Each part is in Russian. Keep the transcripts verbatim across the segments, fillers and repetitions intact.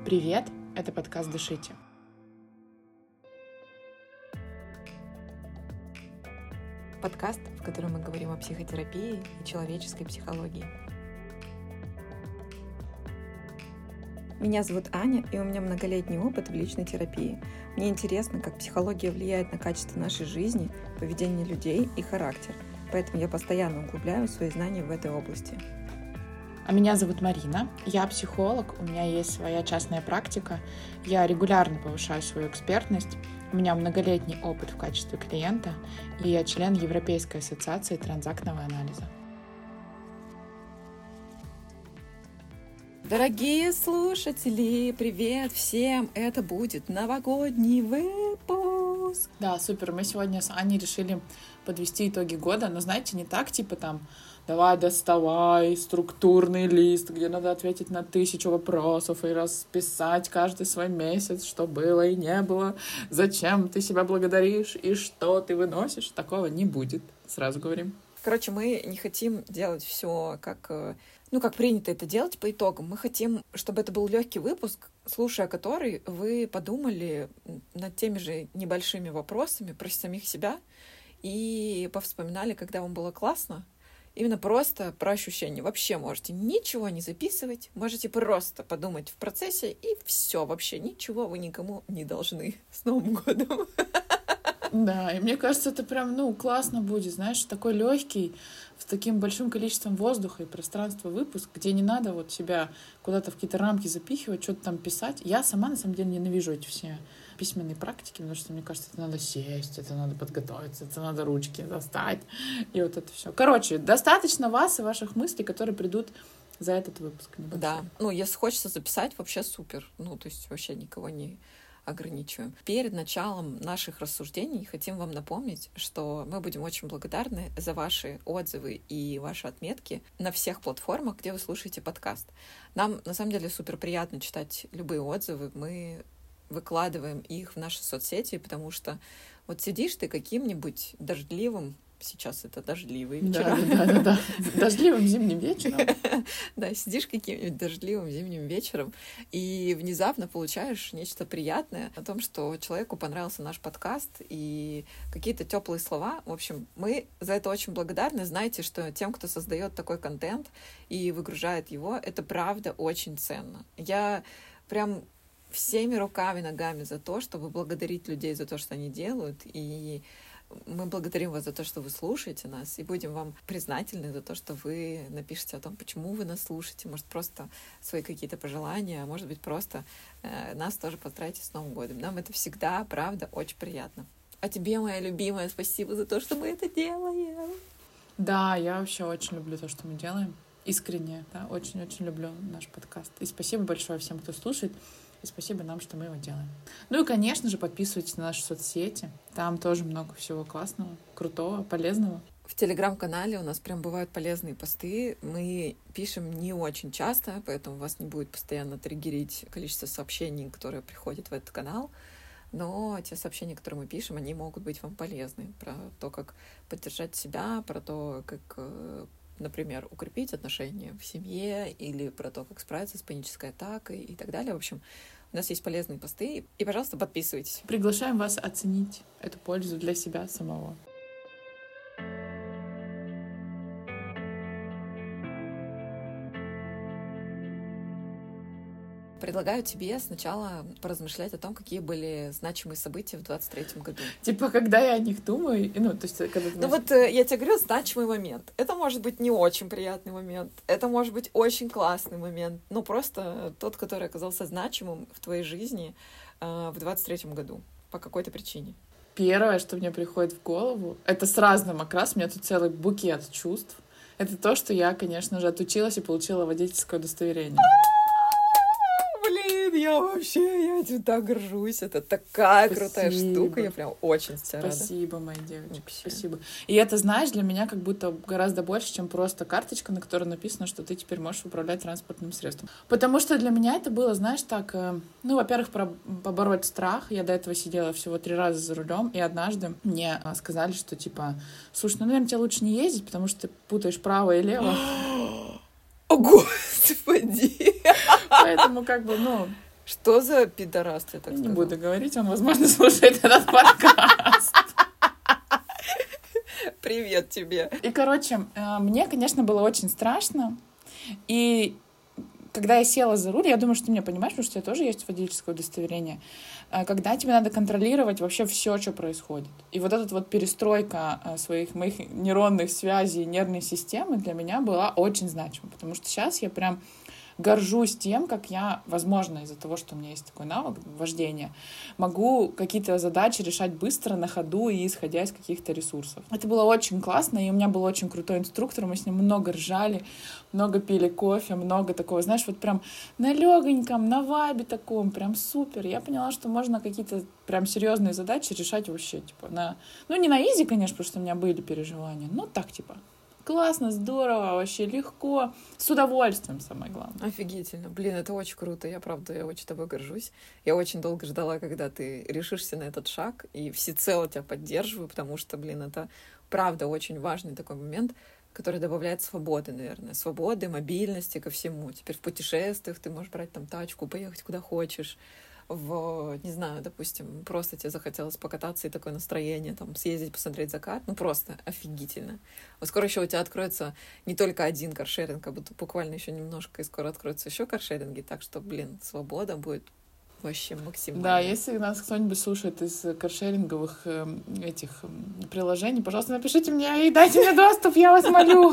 Привет, это подкаст «Дышите». Подкаст, в котором мы говорим о психотерапии и человеческой психологии. Меня зовут Аня, и у меня многолетний опыт в личной терапии. Мне интересно, как психология влияет на качество нашей жизни, поведение людей и характер. Поэтому я постоянно углубляю свои знания в этой области. А меня зовут Марина, я психолог, у меня есть своя частная практика, я регулярно повышаю свою экспертность, у меня многолетний опыт в качестве клиента, и я член Европейской ассоциации транзактного анализа. Дорогие слушатели, привет всем! Это будет новогодний выпуск! Да, супер, мы сегодня с Аней решили подвести итоги года, но знаете, не так, типа там, давай доставай структурный лист, где надо ответить на тысячу вопросов и расписать каждый свой месяц, что было и не было, зачем ты себя благодаришь и что ты выносишь. Такого не будет, сразу говорим. Короче, мы не хотим делать все как, ну, как принято это делать по итогам. Мы хотим, чтобы это был легкий выпуск, слушая который вы подумали над теми же небольшими вопросами про самих себя и повспоминали, когда вам было классно. Именно просто про ощущения. Вообще можете ничего не записывать, можете просто подумать в процессе, и все, вообще ничего вы никому не должны. С Новым годом! Да, и мне кажется, это прям, ну, классно будет, знаешь, такой легкий, с таким большим количеством воздуха и пространства выпуск, где не надо вот себя куда-то в какие-то рамки запихивать, что-то там писать. Я сама, на самом деле, ненавижу эти все письменные практики, потому что, мне кажется, это надо сесть, это надо подготовиться, это надо ручки достать, и вот это все. Короче, достаточно вас и ваших мыслей, которые придут за этот выпуск. Небольшой. Да, ну, если хочется записать, вообще супер. Ну, то есть вообще никого не ограничиваем. Перед началом наших рассуждений хотим вам напомнить, что мы будем очень благодарны за ваши отзывы и ваши отметки на всех платформах, где вы слушаете подкаст. Нам, на самом деле, супер приятно читать любые отзывы. Мы выкладываем их в наши соцсети, потому что вот сидишь ты каким-нибудь дождливым, сейчас это дождливый вечер. Да, да, да, да. Дождливым зимним вечером. Да, сидишь каким-нибудь дождливым зимним вечером и внезапно получаешь нечто приятное о том, что человеку понравился наш подкаст и какие-то теплые слова. В общем, мы за это очень благодарны. Знаете, что тем, кто создает такой контент и выгружает его, это правда очень ценно. Я прям всеми руками, ногами за то, чтобы благодарить людей за то, что они делают, и мы благодарим вас за то, что вы слушаете нас, и будем вам признательны за то, что вы напишите о том, почему вы нас слушаете, может, просто свои какие-то пожелания, а может быть, просто э, нас тоже поздравите с Новым годом. Нам это всегда, правда, очень приятно. А тебе, моя любимая, спасибо за то, что мы это делаем. Да, я вообще очень люблю то, что мы делаем. Искренне, да, очень-очень люблю наш подкаст. И спасибо большое всем, кто слушает. И спасибо нам, что мы его делаем. Ну и, конечно же, подписывайтесь на наши соцсети. Там тоже много всего классного, крутого, полезного. В Телеграм-канале у нас прям бывают полезные посты. Мы пишем не очень часто, поэтому вас не будет постоянно триггерить количество сообщений, которые приходят в этот канал. Но те сообщения, которые мы пишем, они могут быть вам полезны. Про то, как поддержать себя, про то, как, например, укрепить отношения в семье, или про то, как справиться с панической атакой и так далее. В общем, у нас есть полезные посты, и, пожалуйста, подписывайтесь. Приглашаем вас оценить эту пользу для себя самого. Предлагаю тебе сначала поразмышлять о том, какие были значимые события в двадцать третьем году. Типа, когда я о них думаю, ну, то есть, когда... Ну вот я тебе говорю, значимый момент. Это может быть не очень приятный момент, это может быть очень классный момент, но просто тот, который оказался значимым в твоей жизни э, в двадцать третьем году по какой-то причине. Первое, что мне приходит в голову, это с разным окрасом, у меня тут целый букет чувств. Это то, что я, конечно же, отучилась и получила водительское удостоверение. Я вообще, я тебе так горжусь. Это такая Спасибо. Крутая штука. Я прям очень тебя рада. Спасибо, моя девочка. Вообще. Спасибо. И это, знаешь, для меня как будто гораздо больше, чем просто карточка, на которой написано, что ты теперь можешь управлять транспортным средством. Потому что для меня это было, знаешь, так, ну, во-первых, про побороть страх. Я до этого сидела всего три раза за рулем, и однажды мне сказали, что, типа, слушай, ну, наверное, тебе лучше не ездить, потому что ты путаешь право и лево. О, Господи! Поэтому, как бы, ну... Что за пидорас, я так Я не сказала? буду говорить, он, возможно, слушает этот подкаст. Привет тебе. И, короче, мне, конечно, было очень страшно. И когда я села за руль, я думаю, что ты меня понимаешь, потому что у тебя тоже есть водительское удостоверение, когда тебе надо контролировать вообще все, что происходит. И вот эта вот перестройка своих моих нейронных связей, нервной системы для меня была очень значима, потому что сейчас я прям горжусь тем, как я, возможно, из-за того, что у меня есть такой навык вождения, могу какие-то задачи решать быстро, на ходу и исходя из каких-то ресурсов. Это было очень классно, и у меня был очень крутой инструктор, мы с ним много ржали, много пили кофе, много такого, знаешь, вот прям на легоньком, на вайбе таком, прям супер. Я поняла, что можно какие-то прям серьезные задачи решать вообще, типа, на... Ну, не на изи, конечно, потому что у меня были переживания, но так, типа, классно, здорово, вообще легко, с удовольствием, самое главное. Офигительно. Блин, это очень круто. Я, правда, я очень тобой горжусь. Я очень долго ждала, когда ты решишься на этот шаг, и всецело тебя поддерживаю, потому что, блин, это, правда, очень важный такой момент, который добавляет свободы, наверное. Свободы, мобильности ко всему. Теперь в путешествиях ты можешь брать там тачку, поехать куда хочешь. В, не знаю, допустим, просто тебе захотелось покататься, и такое настроение, там, съездить, посмотреть закат, ну, просто офигительно. Вот скоро еще у тебя откроется не только один каршеринг, а будто буквально еще немножко, и скоро откроются еще каршеринги, так что, блин, свобода будет вообще максимально. Да, если нас кто-нибудь слушает из каршеринговых э, этих э, приложений, пожалуйста, напишите мне и дайте мне доступ, я вас молю.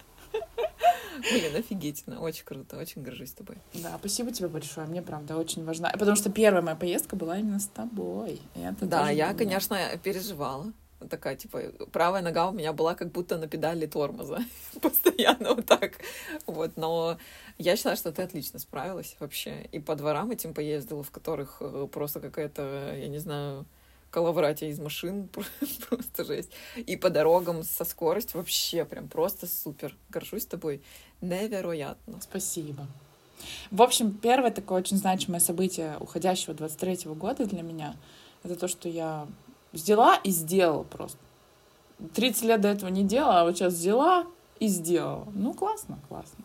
Блин, офигительно, очень круто, очень горжусь тобой. Да, спасибо тебе большое, мне правда очень важна, потому что первая моя поездка была именно с тобой. Да, я, было. конечно, переживала. Такая, типа, правая нога у меня была как будто на педали тормоза. Постоянно вот так. Вот, но я считаю, что ты отлично справилась вообще. И по дворам этим поездила, в которых просто какая-то, я не знаю, коловратия из машин, просто жесть. И по дорогам со скоростью вообще прям просто супер. Горжусь тобой невероятно. Спасибо. В общем, первое такое очень значимое событие уходящего двадцать третьего года для меня — это то, что я взяла и сделала просто. тридцать лет до этого не делала, а вот сейчас взяла и сделала. Ну, классно, классно.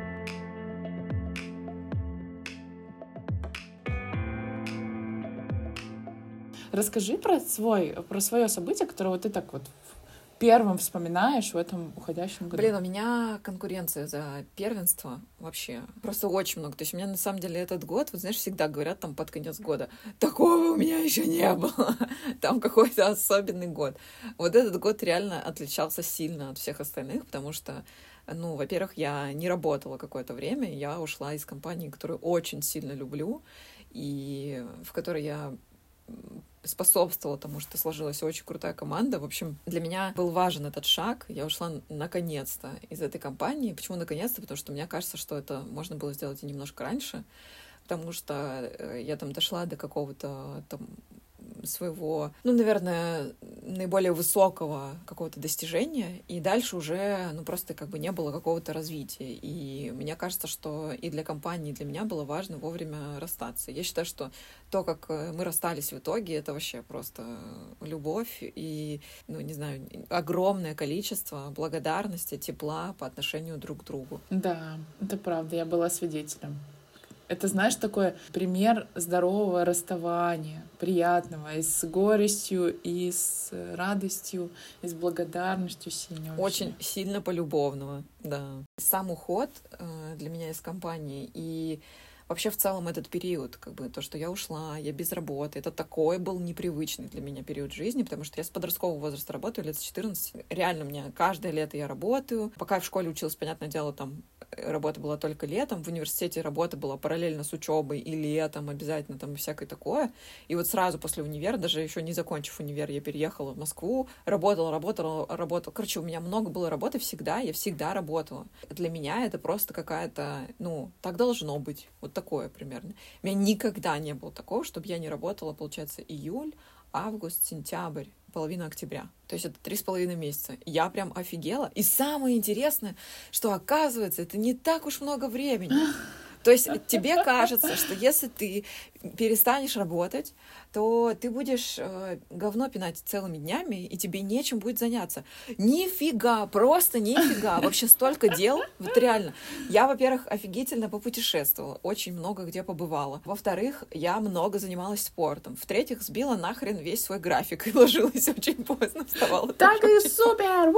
Расскажи про свой, про свое событие, которое вот ты так вот первым вспоминаешь в этом уходящем году. Блин, у меня конкуренция за первенство вообще просто очень много. То есть у меня на самом деле этот год, вот знаешь, всегда говорят там под конец года, такого у меня еще не было. Там какой-то особенный год. Вот этот год реально отличался сильно от всех остальных, потому что, ну, во-первых, я не работала какое-то время, я ушла из компании, которую очень сильно люблю, и в которой я способствовала тому, что сложилась очень крутая команда. В общем, для меня был важен этот шаг. Я ушла наконец-то из этой компании. Почему наконец-то? Потому что мне кажется, что это можно было сделать и немножко раньше, потому что я там дошла до какого-то там своего, ну, наверное, наиболее высокого какого-то достижения, и дальше уже, ну, просто как бы не было какого-то развития. И мне кажется, что и для компании, и для меня было важно вовремя расстаться. Я считаю, что то, как мы расстались в итоге, это вообще просто любовь и, ну, не знаю, огромное количество благодарности, тепла по отношению друг к другу. Да, это правда, я была свидетелем. Это, знаешь, такой пример здорового расставания, приятного, и с горестью, и с радостью, и с благодарностью сильной. Очень сильно полюбовного, да. Сам уход для меня из компании и вообще в целом этот период, как бы то, что я ушла, я без работы, это такой был непривычный для меня период жизни, потому что я с подросткового возраста работаю, лет с четырнадцати. Реально, у меня каждое лето я работаю. Пока я в школе училась, понятное дело, там работа была только летом, в университете работа была параллельно с учебой и летом обязательно там и всякое такое. И вот сразу после универа, даже еще не закончив универ, я переехала в Москву, работала, работала, работала. Короче, у меня много было работы всегда, я всегда работала. Для меня это просто какая-то, ну, так должно быть. Вот такое примерно. У меня никогда не было такого, чтобы я не работала, получается, июль, август, сентябрь, половина октября. То есть это три с половиной месяца. Я прям офигела. И самое интересное, что оказывается, это не так уж много времени. То есть тебе кажется, что если ты перестанешь работать, то ты будешь э, говно пинать целыми днями, и тебе нечем будет заняться. Нифига, просто нифига. Вообще столько дел. Вот реально. Я, во-первых, офигительно попутешествовала, очень много где побывала. Во-вторых, я много занималась спортом. В-третьих, сбила нахрен весь свой график и ложилась очень поздно, вставала. Так и супер!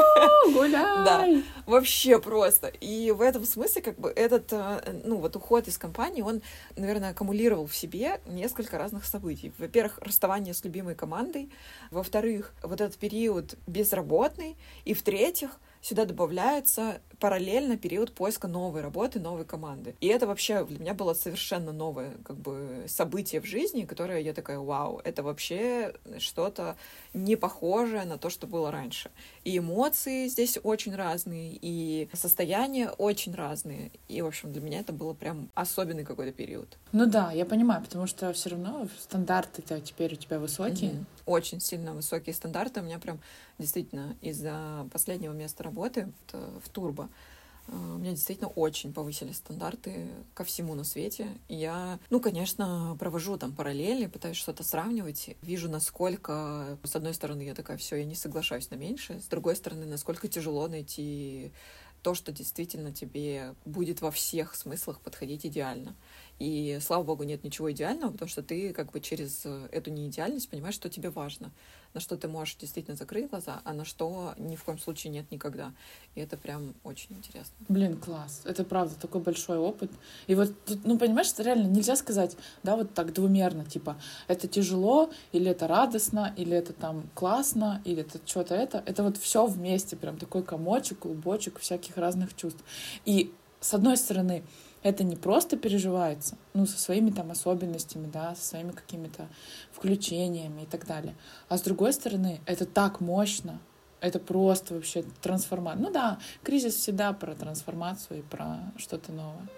Гуляй! Да, вообще просто. И в этом смысле, как бы, этот, ну, вот уход из компании, он, наверное, аккумулировал в себе несколько разных событий. Во-первых, расставание с любимой командой. Во-вторых, вот этот период безработный. И в-третьих, сюда добавляется параллельно период поиска новой работы, новой команды. И это вообще для меня было совершенно новое как бы событие в жизни, которое я такая, вау, это вообще что-то не похожее на то, что было раньше. И эмоции здесь очень разные, и состояния очень разные. И, в общем, для меня это было прям особенный какой-то период. Ну да, я понимаю, потому что все равно стандарты-то теперь у тебя высокие. Mm-hmm. Очень сильно высокие стандарты. У меня прям действительно из-за последнего места работы в Турбо у меня действительно очень повысились стандарты ко всему на свете. И я, ну, конечно, провожу там параллели, пытаюсь что-то сравнивать, вижу, насколько, с одной стороны, я такая, все, я не соглашаюсь на меньше, с другой стороны, насколько тяжело найти то, что действительно тебе будет во всех смыслах подходить идеально. И, слава богу, нет ничего идеального, потому что ты как бы через эту неидеальность понимаешь, что тебе важно, на что ты можешь действительно закрыть глаза, а на что ни в коем случае нет никогда. И это прям очень интересно. Блин, класс. Это правда такой большой опыт. И вот, ну, понимаешь, это реально нельзя сказать, да, вот так двумерно, типа, это тяжело, или это радостно, или это там классно, или это что-то это. Это вот все вместе, прям такой комочек, клубочек всяких разных чувств. И с одной стороны, это не просто переживается, ну, со своими там особенностями, да, со своими какими-то включениями и так далее. А с другой стороны, это так мощно, это просто вообще трансформация. Ну да, кризис всегда про трансформацию и про что-то новое.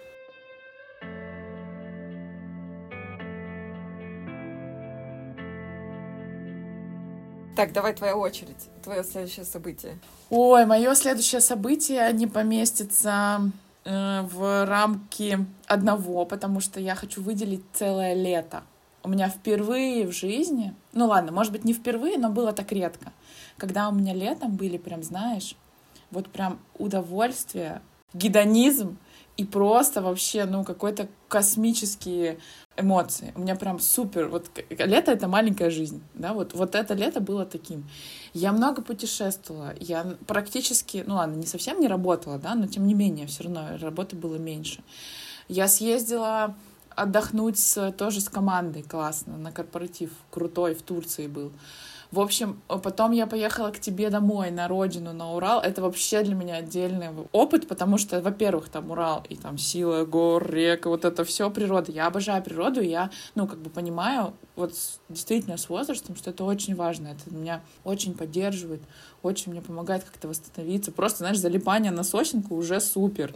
Так, давай твоя очередь, твое следующее событие. Ой, мое следующее событие не поместится в рамки одного, потому что я хочу выделить целое лето. У меня впервые в жизни, ну ладно, может быть, не впервые, но было так редко, когда у меня летом были прям, знаешь, вот прям удовольствие, гедонизм и просто вообще, ну, какой-то космические эмоции. У меня прям супер. Вот лето — это маленькая жизнь, да, вот, вот это лето было таким. Я много путешествовала, я практически, ну ладно, не совсем не работала, да, но тем не менее, все равно работы было меньше. Я съездила отдохнуть с, тоже с командой классно, на корпоратив крутой в Турции был. В общем, потом я поехала к тебе домой, на родину, на Урал. Это вообще для меня отдельный опыт, потому что, во-первых, там Урал, и там сила гор, рек, вот это все природа. Я обожаю природу, и я, ну, как бы понимаю, вот действительно с возрастом, что это очень важно. Это меня очень поддерживает, очень мне помогает как-то восстановиться. Просто, знаешь, залипание на сосенку уже супер.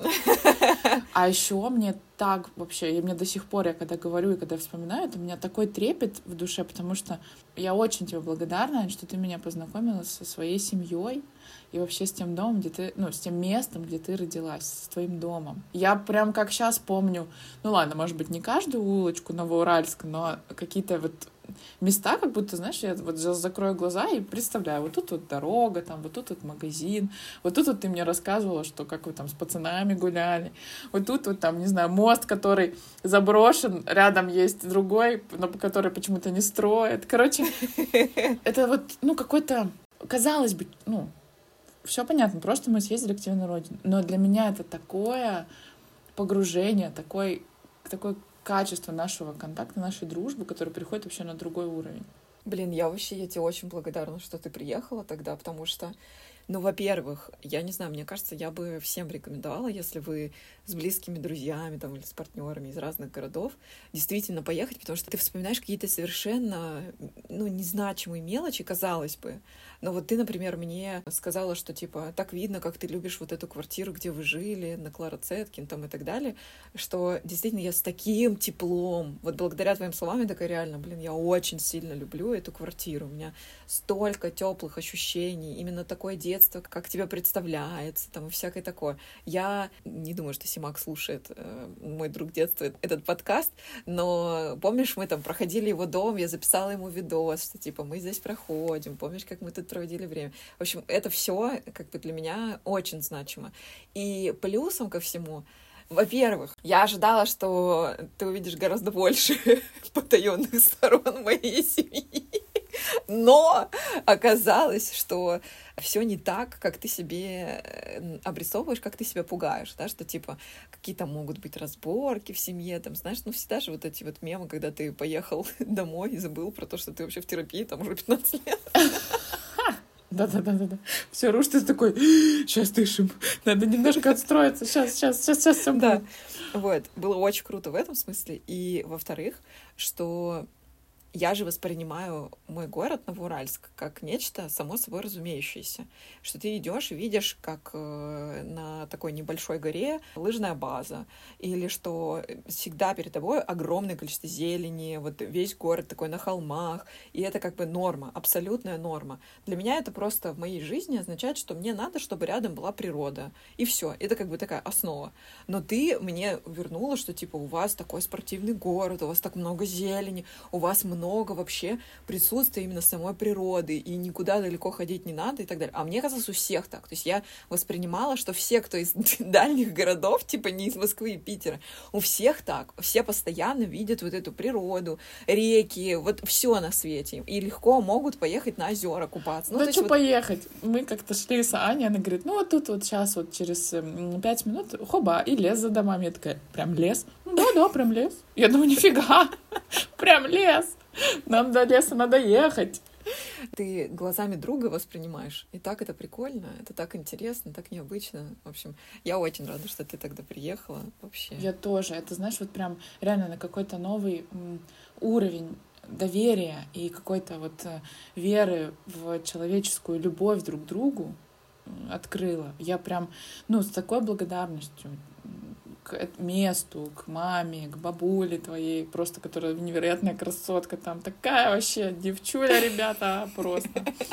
А еще мне так вообще, и мне до сих пор, я когда говорю и когда вспоминаю, это у меня такой трепет в душе, потому что я очень тебе благодарна, что ты меня познакомила со своей семьей и вообще с тем домом, где ты, ну, с тем местом, где ты родилась, с твоим домом. Я прям как сейчас помню, ну ладно, может быть, не каждую улочку Новоуральска, но какие-то вот места, как будто, знаешь, я вот закрою глаза и представляю, вот тут вот дорога, там, вот тут вот магазин, вот тут вот ты мне рассказывала, что как вы там с пацанами гуляли, вот тут вот там, не знаю, мост, который заброшен, рядом есть другой, но который почему-то не строят. Короче, это вот, ну, какой-то, казалось бы, ну, все понятно, просто мы съездили к тебе на родину, но для меня это такое погружение, такой, такой качество нашего контакта, нашей дружбы, которая переходит вообще на другой уровень. Блин, я вообще, я тебе очень благодарна, что ты приехала тогда, потому что, ну, во-первых, я не знаю, мне кажется, я бы всем рекомендовала, если вы с близкими друзьями там, или с партнерами из разных городов, действительно поехать, потому что ты вспоминаешь какие-то совершенно, ну, незначимые мелочи, казалось бы. Но вот ты, например, мне сказала, что, типа, так видно, как ты любишь вот эту квартиру, где вы жили, на Клара Цеткин там и так далее, что действительно я с таким теплом, вот благодаря твоим словам, я такая реально, блин, я очень сильно люблю эту квартиру, у меня столько теплых ощущений, именно такое детство, детства, как тебе представляется, там, и всякое такое. Я не думаю, что Симак слушает, э, мой друг детства, этот подкаст, но помнишь, мы там проходили его дом, я записала ему видос, что, типа, мы здесь проходим, помнишь, как мы тут проводили время. В общем, это все как бы для меня очень значимо. И плюсом ко всему, во-первых, я ожидала, что ты увидишь гораздо больше потаенных сторон моей семьи, но оказалось, что все не так, как ты себе обрисовываешь, как ты себя пугаешь, да, что типа какие-то могут быть разборки в семье, там, знаешь, ну всегда же вот эти вот мемы, когда ты поехал домой и забыл про то, что ты вообще в терапии там уже пятнадцать лет. Да-да-да-да. Все рушится, ты такой, сейчас дышим, надо немножко отстроиться, сейчас, сейчас, сейчас, сейчас все будет. Да, вот, было очень круто в этом смысле. И, во-вторых, что я же воспринимаю мой город Новоуральск как нечто само собой разумеющееся, что ты идешь и видишь, как э, на такой небольшой горе лыжная база, или что всегда перед тобой огромное количество зелени, вот весь город такой на холмах, и это как бы норма, абсолютная норма. Для меня это просто в моей жизни означает, что мне надо, чтобы рядом была природа, и все, это как бы такая основа. Но ты мне вернула, что типа у вас такой спортивный город, у вас так много зелени, у вас много много вообще присутствия именно самой природы, и никуда далеко ходить не надо и так далее. А мне казалось, у всех так. То есть я воспринимала, что все, кто из дальних городов, типа не из Москвы и Питера, у всех так. Все постоянно видят вот эту природу, реки, вот все на свете. И легко могут поехать на озера купаться. Ну, ну да что вот... поехать? Мы как-то шли с Аней, она говорит, ну вот тут вот сейчас вот через пять минут хоба, и лес за домами. Я такая, прям лес? Ну да-да, прям лес. Я думаю, нифига, прям лес. Нам до леса надо ехать. Ты глазами друга воспринимаешь. И так это прикольно, это так интересно, так необычно. В общем, я очень рада, что ты тогда приехала вообще. Я тоже. Это, знаешь, вот прям реально на какой-то новый уровень доверия и какой-то вот веры в человеческую любовь друг к другу открыла. Я прям, ну, с такой благодарностью к месту, к маме, к бабуле твоей, просто которая невероятная красотка, там такая вообще девчуля, ребята, просто.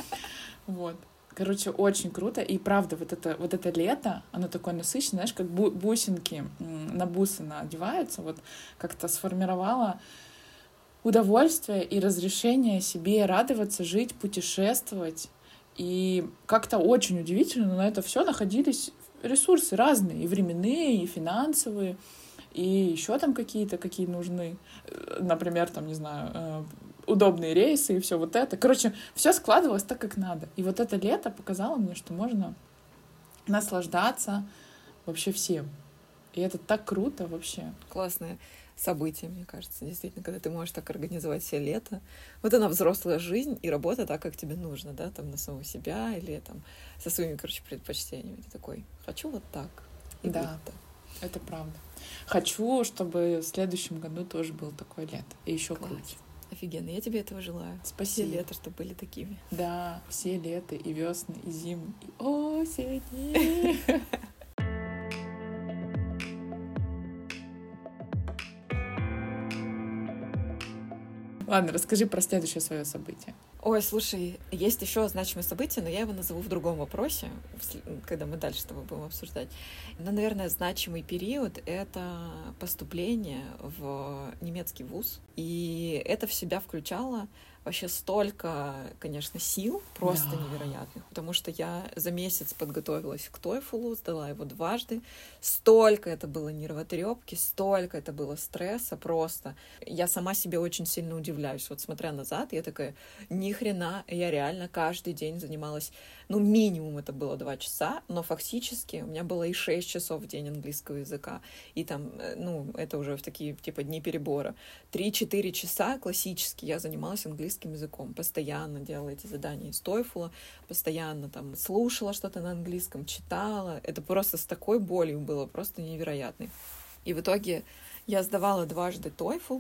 Вот. Короче, очень круто. И правда, вот это, вот это лето, оно такое насыщенное, знаешь, как бу- бусинки на бусы надеваются, вот как-то сформировало удовольствие и разрешение себе радоваться, жить, путешествовать. И как-то очень удивительно, но на это все находились ресурсы разные, и временные, и финансовые, и еще там какие-то, какие нужны. Например, там, не знаю, удобные рейсы и все вот это. Короче, все складывалось так, как надо. И вот это лето показало мне, что можно наслаждаться вообще всем. И это так круто вообще. Классное событие, мне кажется, действительно, когда ты можешь так организовать себе лето. Вот она взрослая жизнь и работа так, как тебе нужно, да, там на самого себя или там со своими, короче, предпочтениями. Ты такой, хочу вот так. И да, будет так. Это правда. Хочу, чтобы в следующем году тоже было такое лето. И еще Класс. круче. Офигенно. Я тебе этого желаю. Спасибо. Все лета, чтобы были такими. Да, все лета, и весны, и зимы, и осени. Ладно, расскажи про следующее свое событие. Ой, слушай, есть еще значимое событие, но я его назову в другом вопросе, когда мы дальше с тобой будем обсуждать. Но, наверное, значимый период — это поступление в немецкий вуз. И это в себя включало вообще столько, конечно, сил, просто Да. невероятных, потому что я за месяц подготовилась к TOEFL, сдала его дважды. Столько это было нервотрепки, столько это было стресса просто. Я сама себе очень сильно удивляюсь. Вот смотря назад, я такая, ни хрена, я реально каждый день занималась, ну, минимум это было два часа, но фактически у меня было и шесть часов в день английского языка. И там, ну, это уже в такие, типа, дни перебора. три-четыре часа классически я занималась английским языком, постоянно делала эти задания из TOEFL, постоянно там слушала что-то на английском, читала. Это просто с такой болью было, просто невероятной. И в итоге я сдавала дважды TOEFL,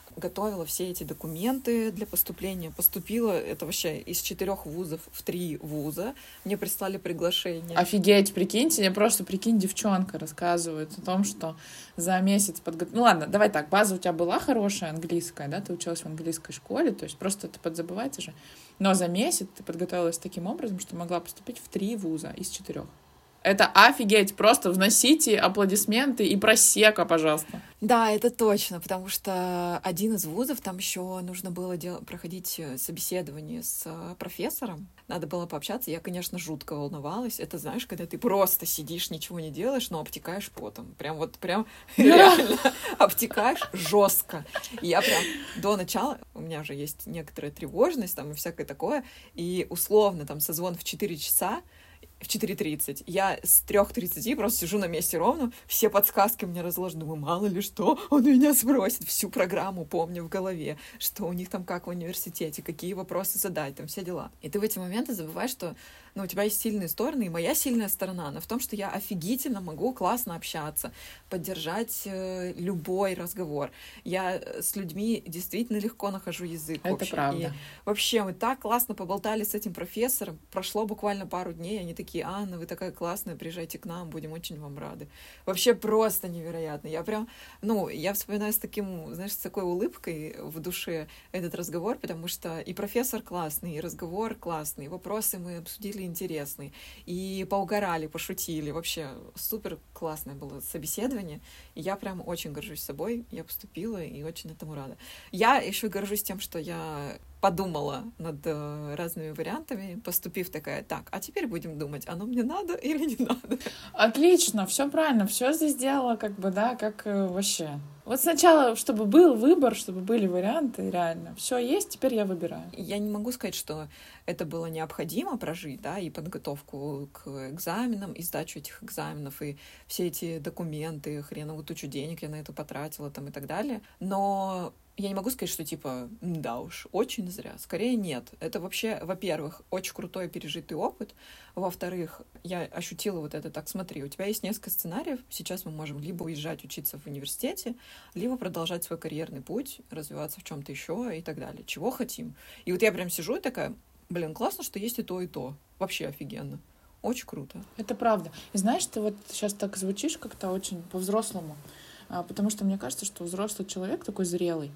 готовила все эти документы для поступления. Поступила, это вообще из четырех вузов в три вуза. Мне прислали приглашение. Офигеть, прикиньте, мне просто, прикинь, девчонка рассказывает о том, что за месяц подготовила... Ну ладно, давай так, база у тебя была хорошая, английская, да, ты училась в английской школе, то есть просто это подзабывайте же. Но за месяц ты подготовилась таким образом, что могла поступить в три вуза из четырех. Это офигеть, просто вносите аплодисменты и просека, пожалуйста. Да, это точно, потому что один из вузов, там еще нужно было дел- проходить собеседование с профессором, надо было пообщаться, я, конечно, жутко волновалась, это, знаешь, когда ты просто сидишь, ничего не делаешь, но обтекаешь потом, прям вот прям реально обтекаешь жестко. И я прям до начала, у меня уже есть некоторая тревожность там и всякое такое, и условно там созвон в четыре часа, в четыре тридцать. Я с трех тридцати просто сижу на месте ровно, все подсказки мне разложены, думаю, мало ли что, он меня сбросит. Всю программу помню в голове, что у них там как в университете, какие вопросы задать, там все дела. И ты в эти моменты забываешь, что ну, у тебя есть сильные стороны, и моя сильная сторона, она в том, что я офигительно могу классно общаться, поддержать э, любой разговор. Я с людьми действительно легко нахожу язык. Это общий. правда. И вообще мы так классно поболтали с этим профессором, прошло буквально пару дней, они такие: Анна, вы такая классная, приезжайте к нам, будем очень вам рады. Вообще просто невероятно. Я прям, ну, я вспоминаю с таким, знаешь, с такой улыбкой в душе этот разговор, потому что и профессор классный, и разговор классный, и вопросы мы обсудили интересные, и поугорали, пошутили. Вообще супер классное было собеседование, и я прям очень горжусь собой, я поступила и очень этому рада. Я еще горжусь тем, что я подумала над э, разными вариантами, поступив такая: так, а теперь будем думать, оно мне надо или не надо. Отлично, все правильно, все здесь сделала, как бы, да, как э, вообще. Вот сначала, чтобы был выбор, чтобы были варианты, реально. Все есть, теперь я выбираю. Я не могу сказать, что это было необходимо прожить, да, и подготовку к экзаменам, и сдачу этих экзаменов, и все эти документы, хреновую тучу денег я на это потратила, там, и так далее. Но я не могу сказать, что типа, да уж, очень зря. Скорее нет. Это вообще, во-первых, очень крутой пережитый опыт. Во-вторых, я ощутила вот это: так, смотри, у тебя есть несколько сценариев. Сейчас мы можем либо уезжать учиться в университете, либо продолжать свой карьерный путь, развиваться в чем-то еще и так далее. Чего хотим. И вот я прям сижу и такая: блин, классно, что есть и то, и то. Вообще офигенно. Очень круто. Это правда. И знаешь, ты вот сейчас так звучишь как-то очень по-взрослому. Потому что мне кажется, что взрослый человек, такой зрелый,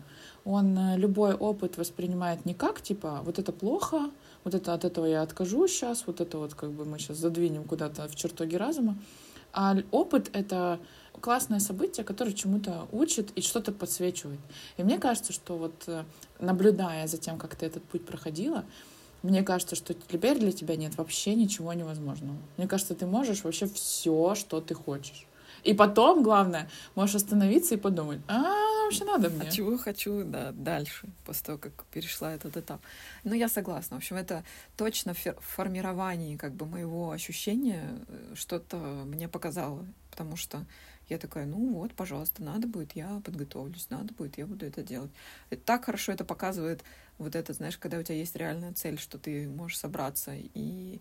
он любой опыт воспринимает не как, типа, вот это плохо, вот это от этого я откажусь сейчас, вот это вот как бы мы сейчас задвинем куда-то в чертоги разума. А опыт — это классное событие, которое чему-то учит и что-то подсвечивает. И мне кажется, что вот наблюдая за тем, как ты этот путь проходила, мне кажется, что теперь для тебя нет вообще ничего невозможного. Мне кажется, ты можешь вообще все, что ты хочешь. И потом, главное, можешь остановиться и подумать: а, вообще надо мне. А чего хочу, да, дальше, после того, как перешла этот этап. Ну, я согласна. В общем, это точно в формировании как бы моего ощущения что-то мне показало. Потому что я такая: ну вот, пожалуйста, надо будет, я подготовлюсь, надо будет, я буду это делать. И так хорошо это показывает вот это, знаешь, когда у тебя есть реальная цель, что ты можешь собраться, и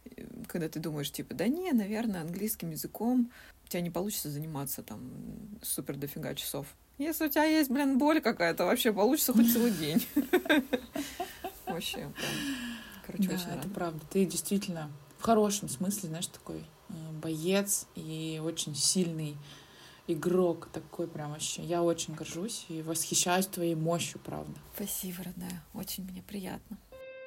когда ты думаешь, типа, да не, наверное, английским языком у тебя не получится заниматься там супер дофига часов. Если у тебя есть, блин, боль какая-то, вообще получится хоть целый день. Вообще, короче, очень рада. Это правда. Ты действительно в хорошем смысле, знаешь, такой боец и очень сильный игрок такой прям вообще. Я очень горжусь и восхищаюсь твоей мощью, правда. Спасибо, родная. Очень мне приятно.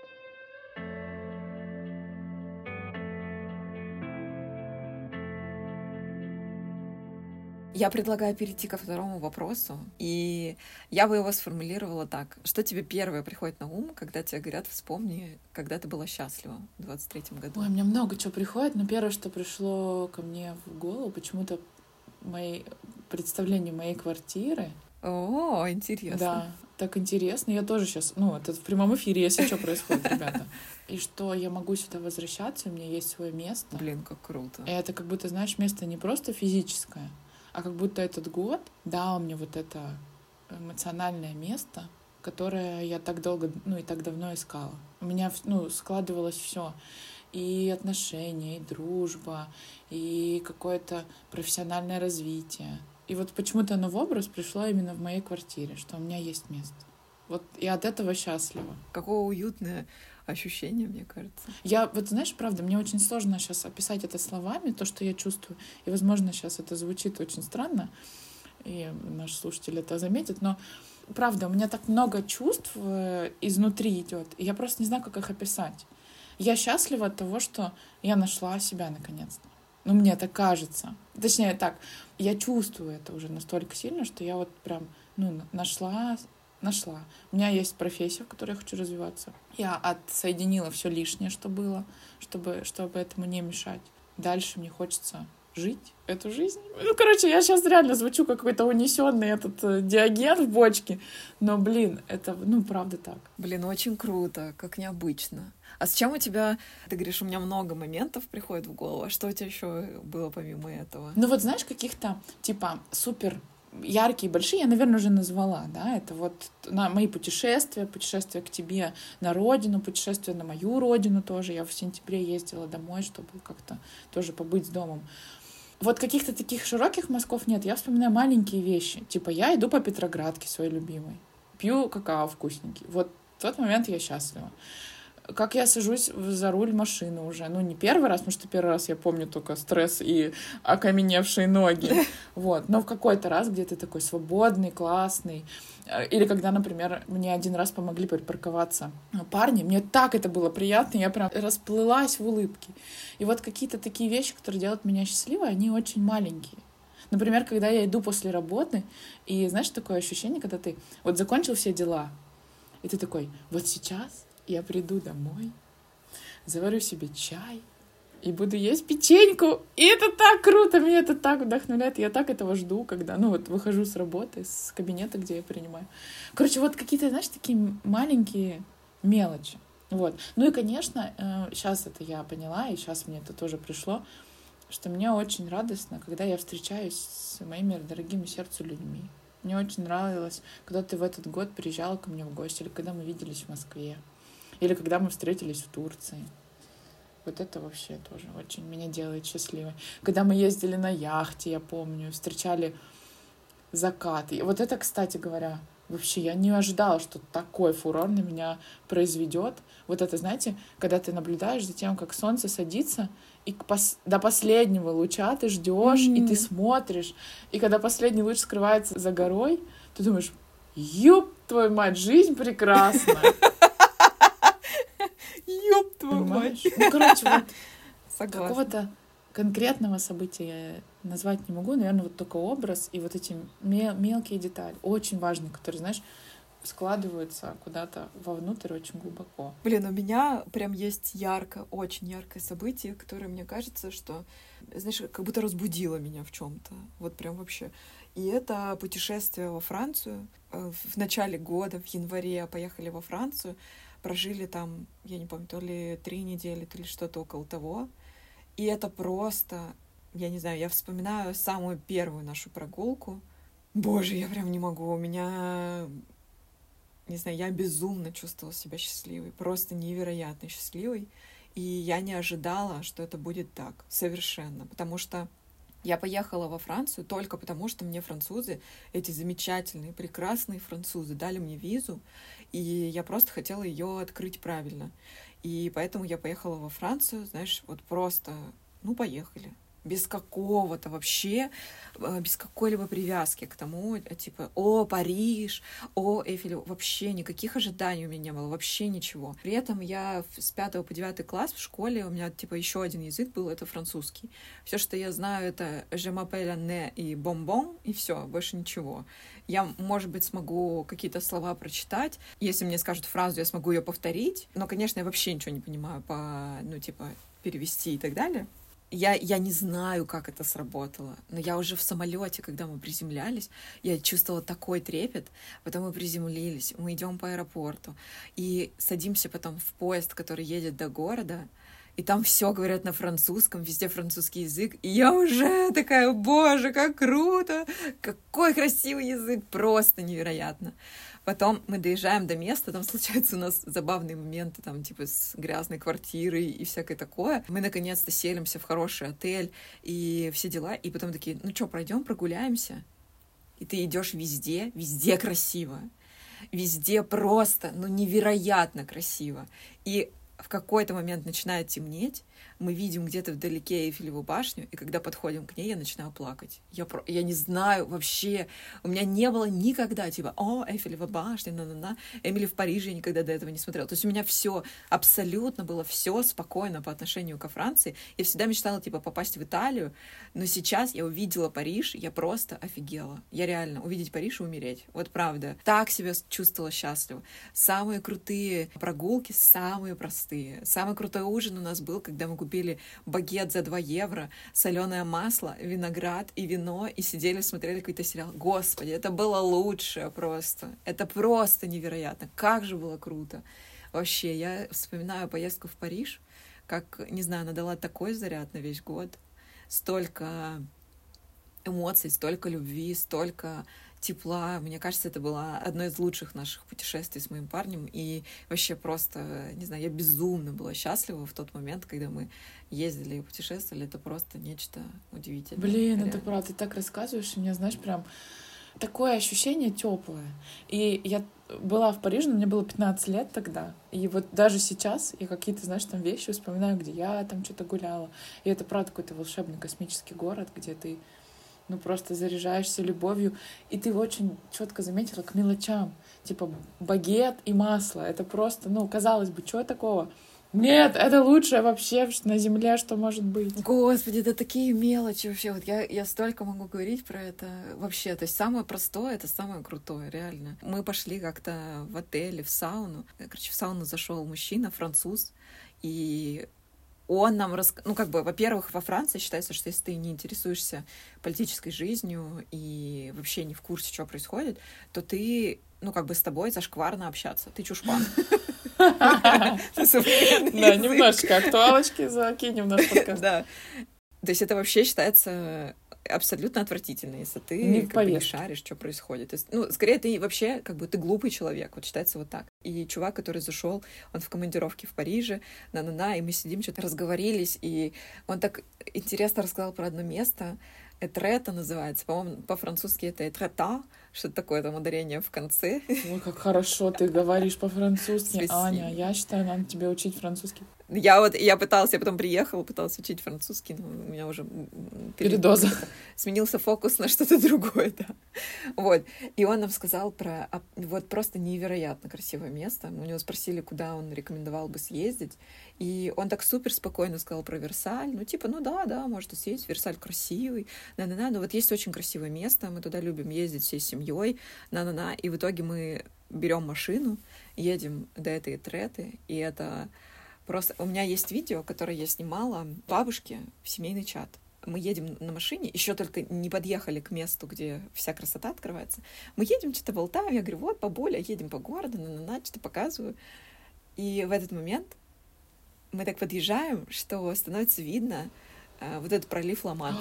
Я предлагаю перейти ко второму вопросу, и я бы его сформулировала так. Что тебе первое приходит на ум, когда тебе говорят: вспомни, когда ты была счастлива в двадцать третьем году? Ой, у меня много чего приходит, но первое, что пришло ко мне в голову, почему-то мои представления моей квартиры. О, интересно. Да, так интересно. Я тоже сейчас, ну, это в прямом эфире, если что происходит, ребята. И что я могу сюда возвращаться, у меня есть свое место. Блин, как круто. И это как будто, знаешь, место не просто физическое, а как будто этот год дал мне вот это эмоциональное место, которое я так долго, ну и так давно искала. У меня, ну, складывалось все: и отношения, и дружба, и какое-то профессиональное развитие, И вот почему-то оно в образ пришло именно в моей квартире, что у меня есть место. Вот и от этого счастлива. Какое уютное ощущение, мне кажется. Я, вот знаешь, правда, мне очень сложно сейчас описать это словами, то, что я чувствую. И, возможно, сейчас это звучит очень странно, и наш слушатель это заметит, но правда, у меня так много чувств изнутри идет, и я просто не знаю, как их описать. Я счастлива от того, что я нашла себя наконец-то. Ну, мне так кажется. Точнее, так, я чувствую это уже настолько сильно, что я вот прям, ну, нашла, нашла. У меня есть профессия, в которой я хочу развиваться. Я отсоединила все лишнее, что было, чтобы, чтобы этому не мешать. Дальше мне хочется жить эту жизнь. Ну, короче, я сейчас реально звучу как какой-то унесенный этот э, Диоген в бочке, но, блин, это, ну, правда так. Блин, очень круто, как необычно. А с чем у тебя, ты говоришь, у меня много моментов приходит в голову, а что у тебя еще было помимо этого? Ну, вот знаешь, каких-то, типа, супер яркие, большие, я, наверное, уже назвала, да, это вот на мои путешествия, путешествия к тебе на родину, путешествия на мою родину тоже, я в сентябре ездила домой, чтобы как-то тоже побыть с домом. Вот каких-то таких широких мазков нет, я вспоминаю маленькие вещи, типа я иду по Петроградке своей любимой, пью какао вкусненький, вот в тот момент я счастлива. Как я сажусь за руль машины уже. Ну, не первый раз, потому что первый раз я помню только стресс и окаменевшие ноги. Вот. Но в какой-то раз, где ты такой свободный, классный. Или когда, например, мне один раз помогли припарковаться парни. Мне так это было приятно. Я прям расплылась в улыбке. И вот какие-то такие вещи, которые делают меня счастливой, они очень маленькие. Например, когда я иду после работы, и знаешь, такое ощущение, когда ты вот закончил все дела, и ты такой, вот сейчас я приду домой, заварю себе чай и буду есть печеньку. И это так круто, меня это так вдохновляет. Я так этого жду, когда, ну вот, выхожу с работы, с кабинета, где я принимаю. Короче, вот какие-то, знаешь, такие маленькие мелочи. Вот. Ну и, конечно, сейчас это я поняла, и сейчас мне это тоже пришло, что мне очень радостно, когда я встречаюсь с моими дорогими сердцу людьми. Мне очень нравилось, когда ты в этот год приезжала ко мне в гости, или когда мы виделись в Москве. Или когда мы встретились в Турции. Вот это вообще тоже очень меня делает счастливой. Когда мы ездили на яхте, я помню, встречали закат. И вот это, кстати говоря, вообще я не ожидала, что такой фурор на меня произведет. Вот это, знаете, когда ты наблюдаешь за тем, как солнце садится, и пос- до последнего луча ты ждешь, mm-hmm. и ты смотришь. И когда последний луч скрывается за горой, ты думаешь, ёб твою мать, жизнь прекрасна. Ёб твою мать. Ну, короче, вот Согласна. Какого-то конкретного события я назвать не могу. Наверное, вот только образ и вот эти мел- мелкие детали, очень важные, которые, знаешь, складываются куда-то вовнутрь очень глубоко. Блин, у меня прям есть ярко, очень яркое событие, которое, мне кажется, что, знаешь, как будто разбудило меня в чем-то. Вот прям вообще. И это путешествие во Францию. В начале года, в январе, поехали во Францию. Прожили там, я не помню, то ли три недели, то ли что-то около того. И это просто, я не знаю, я вспоминаю самую первую нашу прогулку. Боже, я прям не могу, у меня, не знаю, я безумно чувствовала себя счастливой, просто невероятно счастливой. И я не ожидала, что это будет так, совершенно, потому что я поехала во Францию только потому, что мне французы, эти замечательные, прекрасные французы, дали мне визу, и я просто хотела ее открыть правильно. И поэтому я поехала во Францию, знаешь, вот просто, ну, поехали. Без какого-то вообще, без какой-либо привязки к тому, типа, о, Париж, о, Эйфель, вообще никаких ожиданий у меня не было, вообще ничего. При этом я с пятого по девятый класс в школе, у меня, типа, еще один язык был, это французский. Все, что я знаю, это «je m'appelle Anne» и «bonbon», и все, больше ничего. Я, может быть, смогу какие-то слова прочитать, если мне скажут фразу, я смогу ее повторить, но, конечно, я вообще ничего не понимаю по, ну, типа, перевести и так далее. Я, я не знаю, как это сработало, но я уже в самолете, когда мы приземлялись, я чувствовала такой трепет. Потом мы приземлились, мы идем по аэропорту и садимся потом в поезд, который едет до города, и там все говорят на французском, везде французский язык, и я уже такая, боже, как круто, какой красивый язык, просто невероятно. Потом мы доезжаем до места, там случаются у нас забавные моменты, там, типа, с грязной квартирой и всякое такое. Мы, наконец-то, селимся в хороший отель и все дела, и потом такие, ну что, пройдем, прогуляемся? и ты идешь везде, везде красиво, везде просто, ну, невероятно красиво. И в какой-то момент начинает темнеть, мы видим где-то вдалеке Эйфелеву башню, и когда подходим к ней, я начинаю плакать. Я, про... я не знаю вообще, у меня не было никогда, типа, о, Эйфелева башня, на-на-на, Эмили в Париже, я никогда до этого не смотрела. То есть у меня все, абсолютно было все спокойно по отношению ко Франции. Я всегда мечтала, типа, попасть в Италию, но сейчас я увидела Париж, я просто офигела. Я реально, увидеть Париж и умереть. Вот правда. Так себя чувствовала счастливо. Самые крутые прогулки, самые простые. Самый крутой ужин у нас был, когда мы купили купили багет за два евро, соленое масло, виноград и вино, и сидели, смотрели какой-то сериал. Господи, это было лучше просто. Это просто невероятно. Как же было круто. Вообще, я вспоминаю поездку в Париж, как, не знаю, она дала такой заряд на весь год. Столько эмоций, столько любви, столько тепла. Мне кажется, это было одно из лучших наших путешествий с моим парнем. И вообще просто, не знаю, я безумно была счастлива в тот момент, когда мы ездили и путешествовали. Это просто нечто удивительное. Блин, реально. это правда. Ты так рассказываешь, и мне, знаешь, прям такое ощущение теплое. И я была в Париже, но мне было пятнадцать лет тогда. И вот даже сейчас я какие-то, знаешь, там вещи вспоминаю, где я там что-то гуляла. И это правда какой-то волшебный космический город, где ты ну, просто заряжаешься любовью. И ты очень четко заметила к мелочам. Типа багет и масло. Это просто, ну, казалось бы, чего такого? Нет, это лучшее вообще на земле, что может быть. Господи, это такие мелочи вообще. Вот я, я столько могу говорить про это вообще. То есть самое простое — это самое крутое, реально. Мы пошли как-то в отеле, в сауну. Короче, в сауну зашел мужчина, француз, и он нам рассказал, ну, как бы, во-первых, во Франции считается, что если ты не интересуешься политической жизнью и вообще не в курсе, что происходит, то ты, ну, как бы, с тобой зашкварно общаться. Ты чушпан. Да, немножечко актуалочки закинем в наш подкаст. Да. То есть это вообще считается абсолютно отвратительно, если ты не, как бы, не шаришь, что происходит. То есть, ну, скорее, ты вообще, как бы, ты глупый человек, вот считается вот так. И чувак, который зашел, он в командировке в Париже, на-на-на, и мы сидим, что-то разговорились, и он так интересно рассказал про одно место, Этрета называется, по-моему, по-французски это Этрета, что-то такое, там ударение в конце. Ой, как хорошо ты говоришь по-французски, Аня, я считаю, надо тебе учить французский. Я вот, я пыталась, я потом приехала, пыталась учить французский, но у меня уже передоза. Сменился фокус на что-то другое, да. Вот. И он нам сказал про вот просто невероятно красивое место. Мы у него спросили, куда он рекомендовал бы съездить. И он так супер спокойно сказал про Версаль. Ну, типа, ну да, да, можно съездить. Версаль красивый. На-на-на. Но вот есть очень красивое место. Мы туда любим ездить всей семьей. На-на-на. И в итоге мы берем машину, едем до этой треты, и это просто... У меня есть видео, которое я снимала бабушке в семейный чат. Мы едем на машине, еще только не подъехали к месту, где вся красота открывается. Мы едем, что-то болтаем, я говорю, вот, бабуля, едем по городу, на-на-на, что-то показываю. И в этот момент мы так подъезжаем, что становится видно э, вот этот пролив Ла-Манш.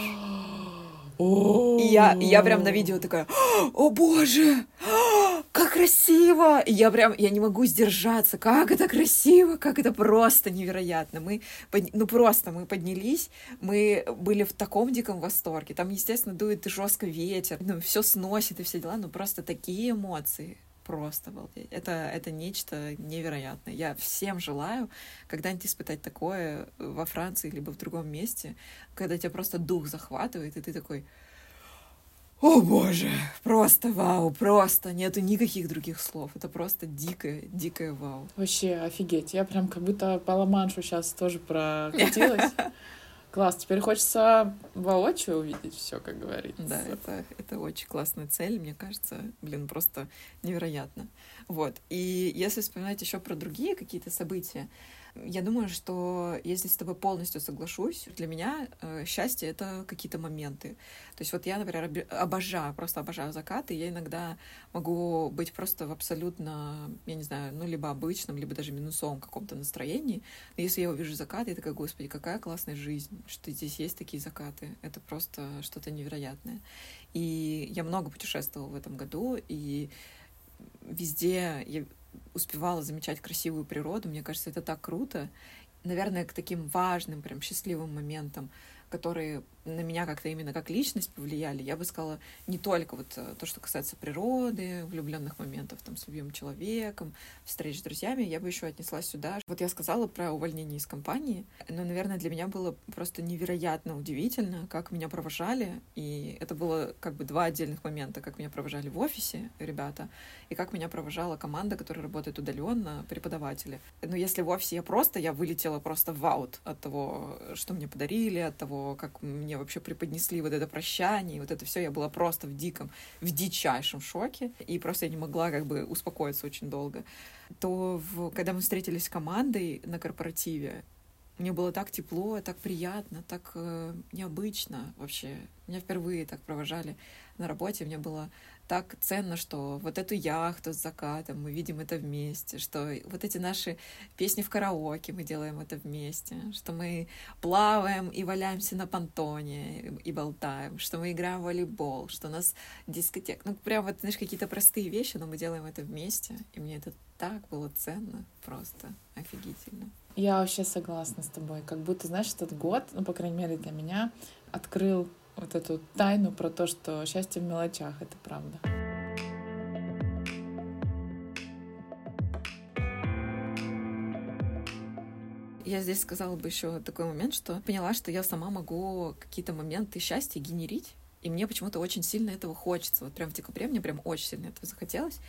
И я, и я прям на видео такая, о боже, как красиво! И я прям, я не могу сдержаться, как это красиво, как это просто невероятно. Мы, ну просто мы поднялись, мы были в таком диком восторге. Там, естественно, дует жестко ветер, ну, все сносит и все дела, но просто такие эмоции. Просто обалдеть. Это, это нечто невероятное. Я всем желаю когда-нибудь испытать такое во Франции либо в другом месте, когда тебя просто дух захватывает, и ты такой, о боже, просто вау, просто нету никаких других слов. Это просто дикое, дикое вау. Вообще офигеть. Я прям как будто по Ла-Маншу сейчас тоже прокатилась. Класс, теперь хочется воочию увидеть все, как говорится. Да, это, это очень классная цель, мне кажется, блин, просто невероятно. Вот, и если вспоминать еще про другие какие-то события, я думаю, что если с тобой полностью соглашусь, для меня э, счастье — это какие-то моменты. То есть вот я, например, обожаю, просто обожаю закаты, я иногда могу быть просто в абсолютно, я не знаю, ну, либо обычном, либо даже минусовом каком-то настроении. Но если я увижу закаты, я такая, господи, какая классная жизнь, что здесь есть такие закаты. Это просто что-то невероятное. И я много путешествовала в этом году, и везде я успевала замечать красивую природу. Мне кажется, это так круто. Наверное, к таким важным, прям счастливым моментам которые на меня как-то именно как личность повлияли, я бы сказала, не только вот то, что касается природы, влюбленных моментов там с любимым человеком, встреч с друзьями, я бы еще отнесла сюда. Вот я сказала про увольнение из компании, но, наверное, для меня было просто невероятно удивительно, как меня провожали, и это было как бы два отдельных момента, как меня провожали в офисе ребята, и как меня провожала команда, которая работает удаленно, преподаватели. Но если в офисе я просто, я вылетела просто в аут от того, что мне подарили, от того, как мне вообще преподнесли вот это прощание, и вот это все, я была просто в диком, в дичайшем шоке, и просто я не могла как бы успокоиться очень долго. То в, когда мы встретились с командой на корпоративе, мне было так тепло, так приятно, так э, необычно вообще. Меня впервые так провожали на работе, мне было так ценно, что вот эту яхту с закатом мы видим это вместе, что вот эти наши песни в караоке мы делаем это вместе, что мы плаваем и валяемся на понтоне и болтаем, что мы играем в волейбол, что у нас дискотека. Ну, прям вот, знаешь, какие-то простые вещи, но мы делаем это вместе, и мне это так было ценно, просто офигительно. Я вообще согласна с тобой. Как будто, знаешь, этот год, ну, по крайней мере, для меня, открыл вот эту тайну про то, что счастье в мелочах, это правда. Я здесь сказала бы еще такой момент, что поняла, что я сама могу какие-то моменты счастья генерить, и мне почему-то очень сильно этого хочется. Вот прям в декабре мне прям очень сильно этого захотелось.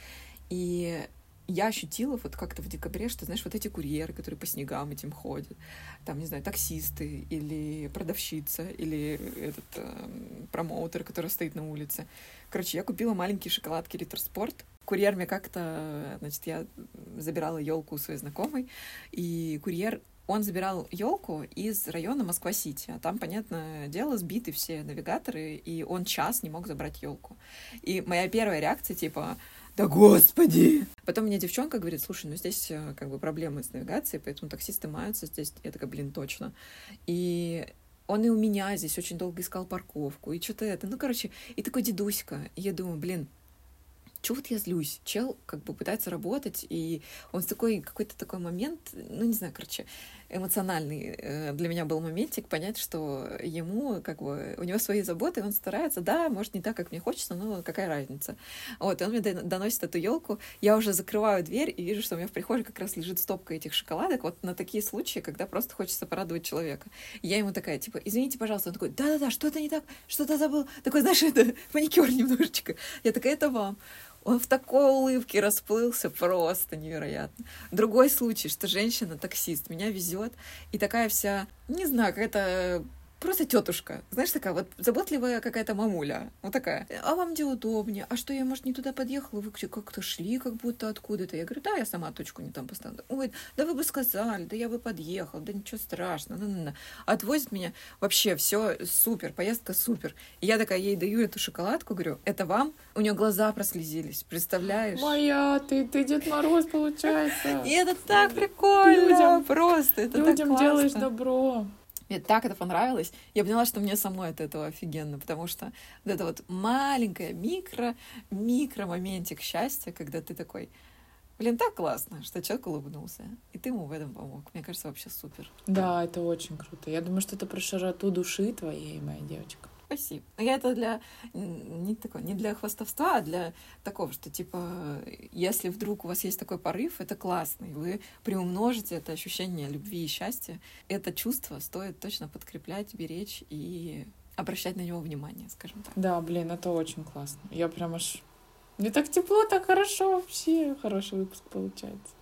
И я ощутила вот как-то в декабре, что, знаешь, вот эти курьеры, которые по снегам этим ходят, там, не знаю, таксисты или продавщица, или этот э, промоутер, который стоит на улице. Короче, я купила маленькие шоколадки Риттер Спорт. Курьер мне как-то, значит, я забирала елку у своей знакомой, и курьер, он забирал елку из района Москва-Сити, а там, понятное дело, сбиты все навигаторы, и он час не мог забрать елку. И моя первая реакция, типа, да господи! Потом мне девчонка говорит, слушай, ну здесь как бы проблемы с навигацией, поэтому таксисты маются здесь. Я такая, блин, точно. И он и у меня здесь очень долго искал парковку, и что-то это. Ну, короче, и такой дедуська. И я думаю, блин, чего вот я злюсь? Чел как бы пытается работать, и он в такой, какой-то такой момент, ну, не знаю, короче, эмоциональный для меня был моментик понять, что ему, как бы, у него свои заботы, он старается, да, может, не так, как мне хочется, но какая разница. Вот, и он мне доносит эту елку, я уже закрываю дверь и вижу, что у меня в прихожей как раз лежит стопка этих шоколадок, вот на такие случаи, когда просто хочется порадовать человека. И я ему такая, типа, извините, пожалуйста, он такой, да-да-да, что-то не так, что-то забыл, такой, знаешь, это маникюр немножечко. Я такая, это вам. Он в такой улыбке расплылся, просто невероятно. Другой случай, что женщина-таксист меня везет, и такая вся, не знаю, какая-то просто тетушка, знаешь, такая вот заботливая какая-то мамуля, вот такая. А вам где удобнее? А что, я, может, не туда подъехала? Вы как-то шли как будто откуда-то. Я говорю, да, я сама точку не там поставила. Ой, да вы бы сказали, да я бы подъехала, да ничего страшного. На-на-на. Отвозит меня, вообще все супер, поездка супер. И я такая ей даю эту шоколадку, говорю, это вам? У нее глаза прослезились, представляешь? Моя, ты, ты Дед Мороз, получается. И это так прикольно, людям, просто, это людям так классно. Делаешь добро. Мне так это понравилось. Я поняла, что мне самой от этого офигенно, потому что вот это вот маленькое микро-микро моментик счастья, когда ты такой, блин, так классно, что человек улыбнулся, и ты ему в этом помог. Мне кажется, вообще супер. Да, это очень круто. Я думаю, что это про широту души твоей, моя девочка. Спасибо. Я это для не, такое, не для хвастовства, а для такого, что типа, если вдруг у вас есть такой порыв, это классно, и вы приумножите это ощущение любви и счастья. Это чувство стоит точно подкреплять, беречь и обращать на него внимание, скажем так. Да, блин, это очень классно. Я прям аж... Мне так тепло, так хорошо вообще. Хороший выпуск получается.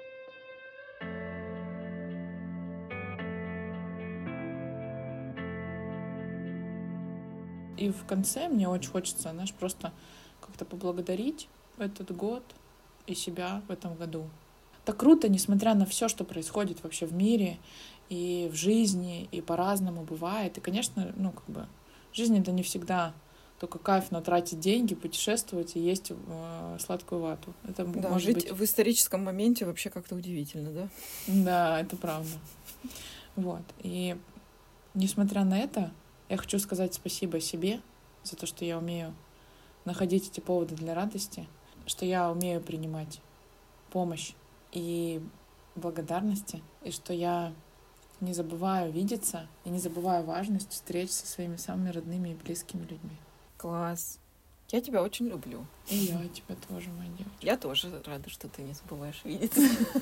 И в конце мне очень хочется, знаешь, просто как-то поблагодарить этот год и себя в этом году. Так круто, несмотря на все, что происходит вообще в мире и в жизни, и по-разному бывает. И, конечно, ну, как бы, жизнь — это не всегда только кайф, но тратить деньги, путешествовать и есть э, сладкую вату. Это да, может жить быть... в историческом моменте вообще как-то удивительно, да? Да, это правда. Вот. И несмотря на это, я хочу сказать спасибо себе за то, что я умею находить эти поводы для радости, что я умею принимать помощь и благодарности, и что я не забываю видеться и не забываю важность встреч со своими самыми родными и близкими людьми. Класс. Я тебя очень люблю. И я тебя тоже, моя девочка. Я тоже рада, что ты не забываешь видеться.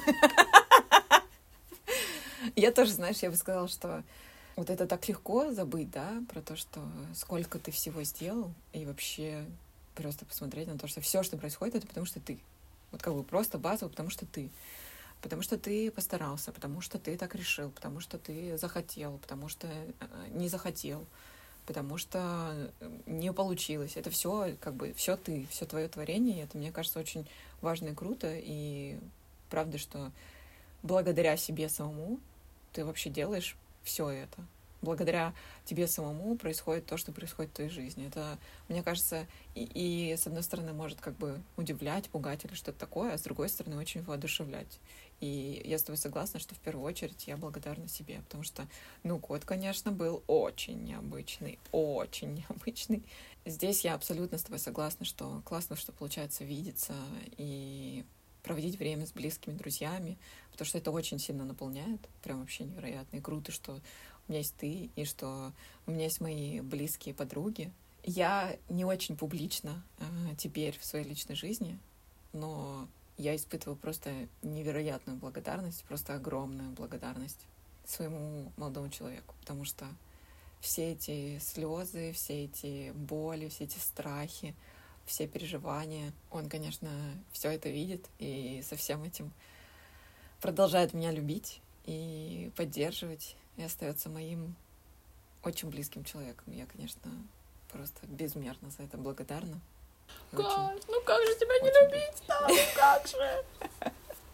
Я тоже, знаешь, я бы сказала, что вот это так легко забыть, да, про то, что сколько ты всего сделал, и вообще просто посмотреть на то, что все, что происходит, это потому что ты. Вот как бы просто базово, потому что ты. Потому что ты постарался, потому что ты так решил, потому что ты захотел, потому что не захотел, потому что не получилось. Это все как бы все ты, все твое творение. И это, мне кажется, очень важно и круто. И правда, что благодаря себе самому ты вообще делаешь все это. Благодаря тебе самому происходит то, что происходит в твоей жизни. Это, мне кажется, и, и с одной стороны может как бы удивлять, пугать или что-то такое, а с другой стороны очень воодушевлять. И я с тобой согласна, что в первую очередь я благодарна себе, потому что, ну, год, конечно, был очень необычный, очень необычный. Здесь я абсолютно с тобой согласна, что классно, что получается видеться и проводить время с близкими друзьями, потому что это очень сильно наполняет, прям вообще невероятно. И круто, что у меня есть ты, и что у меня есть мои близкие подруги. Я не очень публична э, теперь в своей личной жизни, но я испытываю просто невероятную благодарность, просто огромную благодарность своему молодому человеку, потому что все эти слезы, все эти боли, все эти страхи, все переживания, он, конечно, все это видит и со всем этим продолжает меня любить и поддерживать, и остается моим очень близким человеком. Я, конечно, просто безмерно за это благодарна. Как? Очень, ну как же тебя не очень любить-то? Ну как же?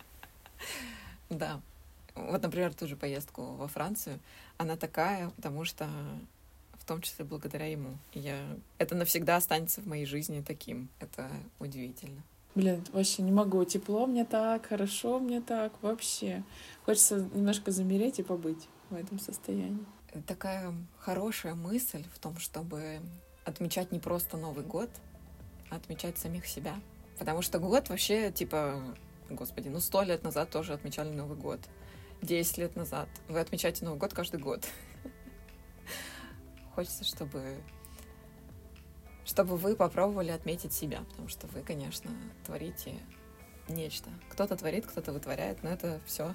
Да. Вот, например, ту же поездку во Францию, она такая, потому что в том числе благодаря ему. Я... Это навсегда останется в моей жизни таким. Это удивительно. Блин, вообще не могу. Тепло мне так, хорошо мне так, вообще. Хочется немножко замереть и побыть в этом состоянии. Такая хорошая мысль в том, чтобы отмечать не просто Новый год, а отмечать самих себя. Потому что год вообще, типа, господи, ну сто лет назад тоже отмечали Новый год. Десять лет назад. Вы отмечаете Новый год каждый год. Хочется, чтобы... чтобы вы попробовали отметить себя, потому что вы, конечно, творите нечто. Кто-то творит, кто-то вытворяет, но это все.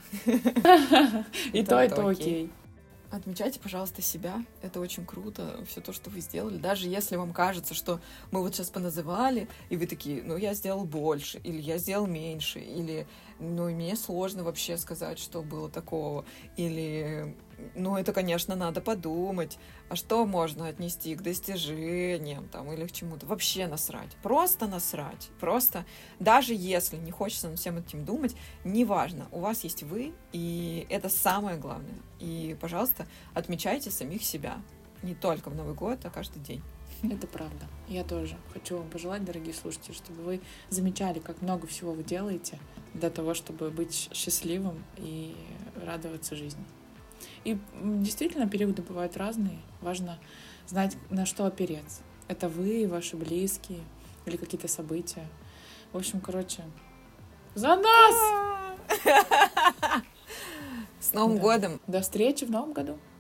И то, и то окей. Отмечайте, пожалуйста, себя. Это очень круто, все то, что вы сделали. Даже если вам кажется, что мы вот сейчас поназывали, и вы такие, ну, я сделал больше, или я сделал меньше, или, ну, мне сложно вообще сказать, что было такого, или, ну, это, конечно, надо подумать, а что можно отнести к достижениям, там, или к чему-то. Вообще насрать. Просто насрать. Просто, даже если не хочется над всем этим думать, неважно, у вас есть вы, и это самое главное. И, пожалуйста, отмечайте самих себя. Не только в Новый год, а каждый день. Это правда. Я тоже хочу вам пожелать, дорогие слушатели, чтобы вы замечали, как много всего вы делаете для того, чтобы быть счастливым и радоваться жизни. И действительно, периоды бывают разные. Важно знать, на что опереться. Это вы, ваши близкие или какие-то события. В общем, короче, за нас! С Новым Да. годом! До встречи в Новом году!